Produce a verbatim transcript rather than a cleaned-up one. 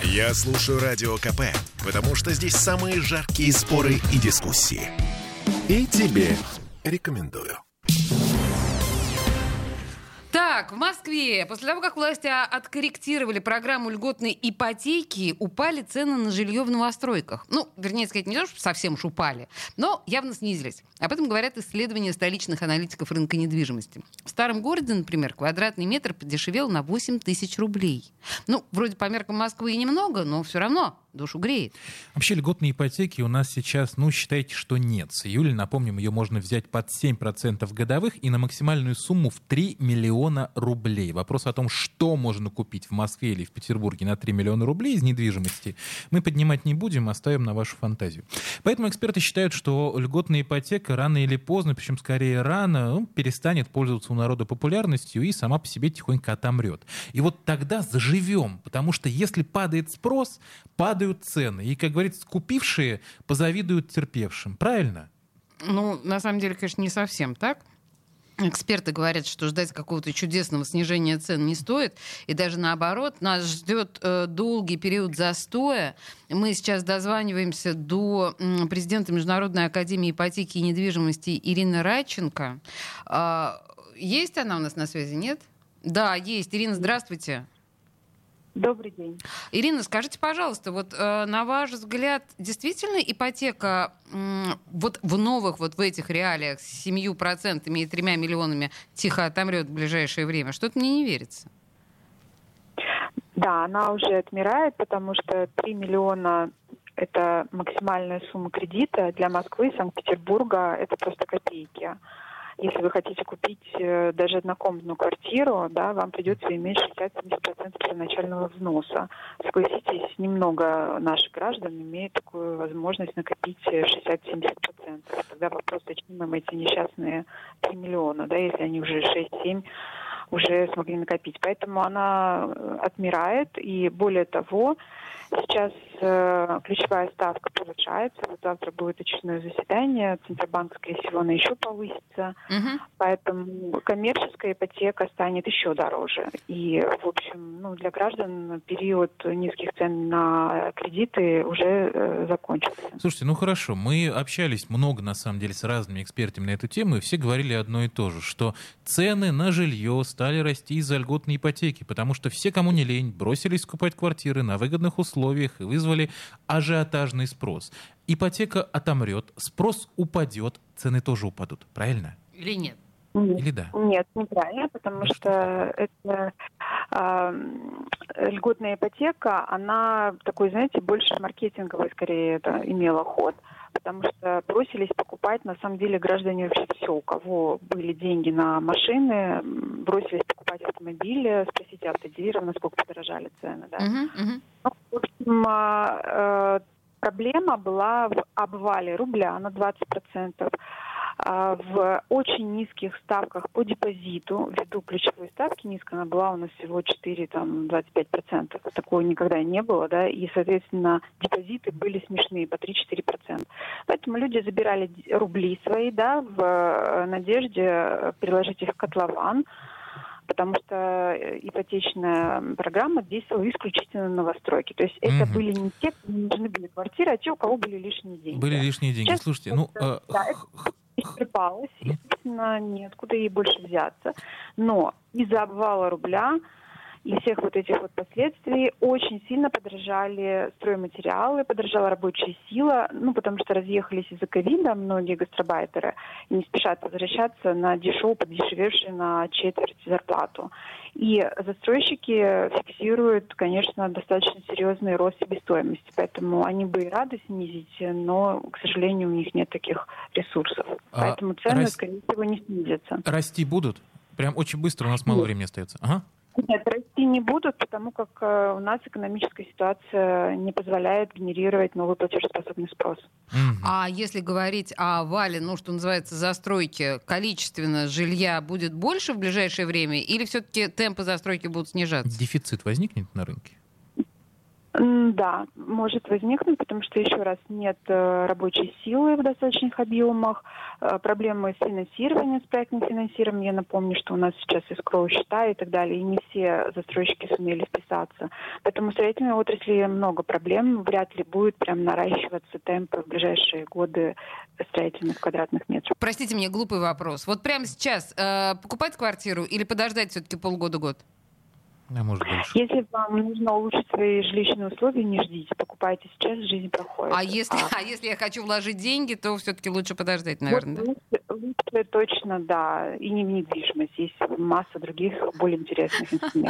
Я слушаю Радио КП, потому что здесь самые жаркие споры и дискуссии. И тебе рекомендую. Так, в Москве после того, как власти откорректировали программу льготной ипотеки, упали цены на жилье в новостройках. Ну, вернее сказать, не то, что совсем уж упали, но явно снизились. Об этом говорят исследования столичных аналитиков рынка недвижимости. В старом городе, например, квадратный метр подешевел на восемь тысяч рублей. Ну, вроде по меркам Москвы и немного, но все равно душу греет. Вообще льготной ипотеки у нас сейчас, ну, считайте, что нет. С июля, напомним, ее можно взять под семь процентов годовых и на максимальную сумму в три миллиона рублей. Вопрос о том, что можно купить в Москве или в Петербурге на три миллиона рублей из недвижимости, мы поднимать не будем, оставим на вашу фантазию. Поэтому эксперты считают, что льготная ипотека рано или поздно, причем скорее рано, ну, перестанет пользоваться у народа популярностью и сама по себе тихонько отомрет. И вот тогда заживем, потому что если падает спрос, падает цены. И, как говорится, купившие позавидуют терпевшим. Правильно? Ну, на самом деле, конечно, не совсем так. Эксперты говорят, что ждать какого-то чудесного снижения цен не стоит. И даже наоборот, нас ждет э, долгий период застоя. Мы сейчас дозваниваемся до м, президента Международной академии ипотеки и недвижимости Ирины Радченко. Э, есть она у нас на связи, нет? Да, есть. Ирина, здравствуйте. Добрый день. Ирина, скажите, пожалуйста, вот э, на ваш взгляд, действительно ипотека э, вот в новых, вот в этих реалиях с семью процентами и тремя миллионами тихо отомрет в ближайшее время? Что-то мне не верится. Да, она уже отмирает, потому что три миллиона – это максимальная сумма кредита. Для Москвы и Санкт-Петербурга это просто копейки. Если вы хотите купить э, даже однокомнатную квартиру, да, вам придется иметь шестьдесят-семьдесят процентов первоначального взноса. Согласитесь, немного наших граждан имеют такую возможность накопить шестьдесят-семьдесят процентов. Тогда вопрос, зачем им эти несчастные три миллиона, да, если они уже шесть-семь уже смогли накопить. Поэтому она отмирает, и более того, сейчас э, ключевая ставка повышается. Вот завтра будет очередное заседание. Центробанк, скорее всего, она еще повысится. Угу. Поэтому коммерческая ипотека станет еще дороже. И, в общем, ну, для граждан период низких цен на кредиты уже э, закончился. Слушайте, ну хорошо, мы общались много, на самом деле, с разными экспертами на эту тему, и все говорили одно и то же, что цены на жилье стали расти из-за льготной ипотеки, потому что все, кому не лень, бросились скупать квартиры на выгодных условиях и вызвали ажиотажный спрос. Ипотека отомрет, спрос упадет, цены тоже упадут, правильно? Или нет? Нет, Или да? Нет, неправильно, потому Да что это э, льготная ипотека, она такой, знаете, больше маркетинговый, скорее, это имела ход, потому что бросились покупать, на самом деле, граждане вообще все, у кого были деньги на машины, бросились покупать автомобили, спросите автодилеров, насколько подорожали цены, да. Угу, угу. Ну, в общем, э, проблема была в обвале рубля на двадцать процентов. В очень низких ставках по депозиту, ввиду ключевой ставки низкая, она была у нас всего четыре двадцать пять процентов. Такого никогда не было, да, и, соответственно, депозиты были смешные, по три-четыре процента. Поэтому люди забирали рубли свои, да, в надежде переложить их в котлован, потому что ипотечная программа действовала исключительно на новостройки. То есть это Мгм. были не те, кому нужны были квартиры, а те, у кого были лишние деньги. Были лишние деньги. Сейчас Слушайте, ну... это- э, да, это исчерпалось, естественно, неоткуда ей больше взяться. Но из-за обвала рубля и всех вот этих вот последствий очень сильно подорожали стройматериалы, подорожала рабочая сила, ну, потому что разъехались из-за ковида многие гастарбайтеры и не спешат возвращаться на дешево подешевевшие на четверть зарплату. И застройщики фиксируют, конечно, достаточно серьезный рост себестоимости, поэтому они бы и рады снизить, но, к сожалению, у них нет таких ресурсов. А Поэтому цены, рас- скорее всего, не снизятся. расти будут? Прям очень быстро, у нас мало Нет. времени остается. Ага. Нет, расти не будут, потому как э, у нас экономическая ситуация не позволяет генерировать новый платежеспособный спрос. Мгм. А если говорить о вале, ну, что называется, застройки, количественно жилья будет больше в ближайшее время, или все-таки темпы застройки будут снижаться? Дефицит возникнет на рынке? Да, может возникнуть, потому что, еще раз, нет э, рабочей силы в достаточных объемах, э, проблемы с финансированием, с проектным финансированием. Я напомню, что у нас сейчас эскроу счета и так далее, и не все застройщики сумели вписаться. Поэтому в строительной отрасли много проблем, вряд ли будет прям наращиваться темп в ближайшие годы строительных квадратных метров. Простите мне, глупый вопрос. Вот прямо сейчас э, покупать квартиру или подождать все-таки полгода-год? А может больше. Если вам нужно улучшить свои жилищные условия, не ждите, покупайте сейчас, жизнь проходит. А если, а... а если я хочу вложить деньги, то все-таки лучше подождать, наверное, вот, да? Лучше, лучше точно, да. И не в недвижимость. Есть масса других более интересных инструментов.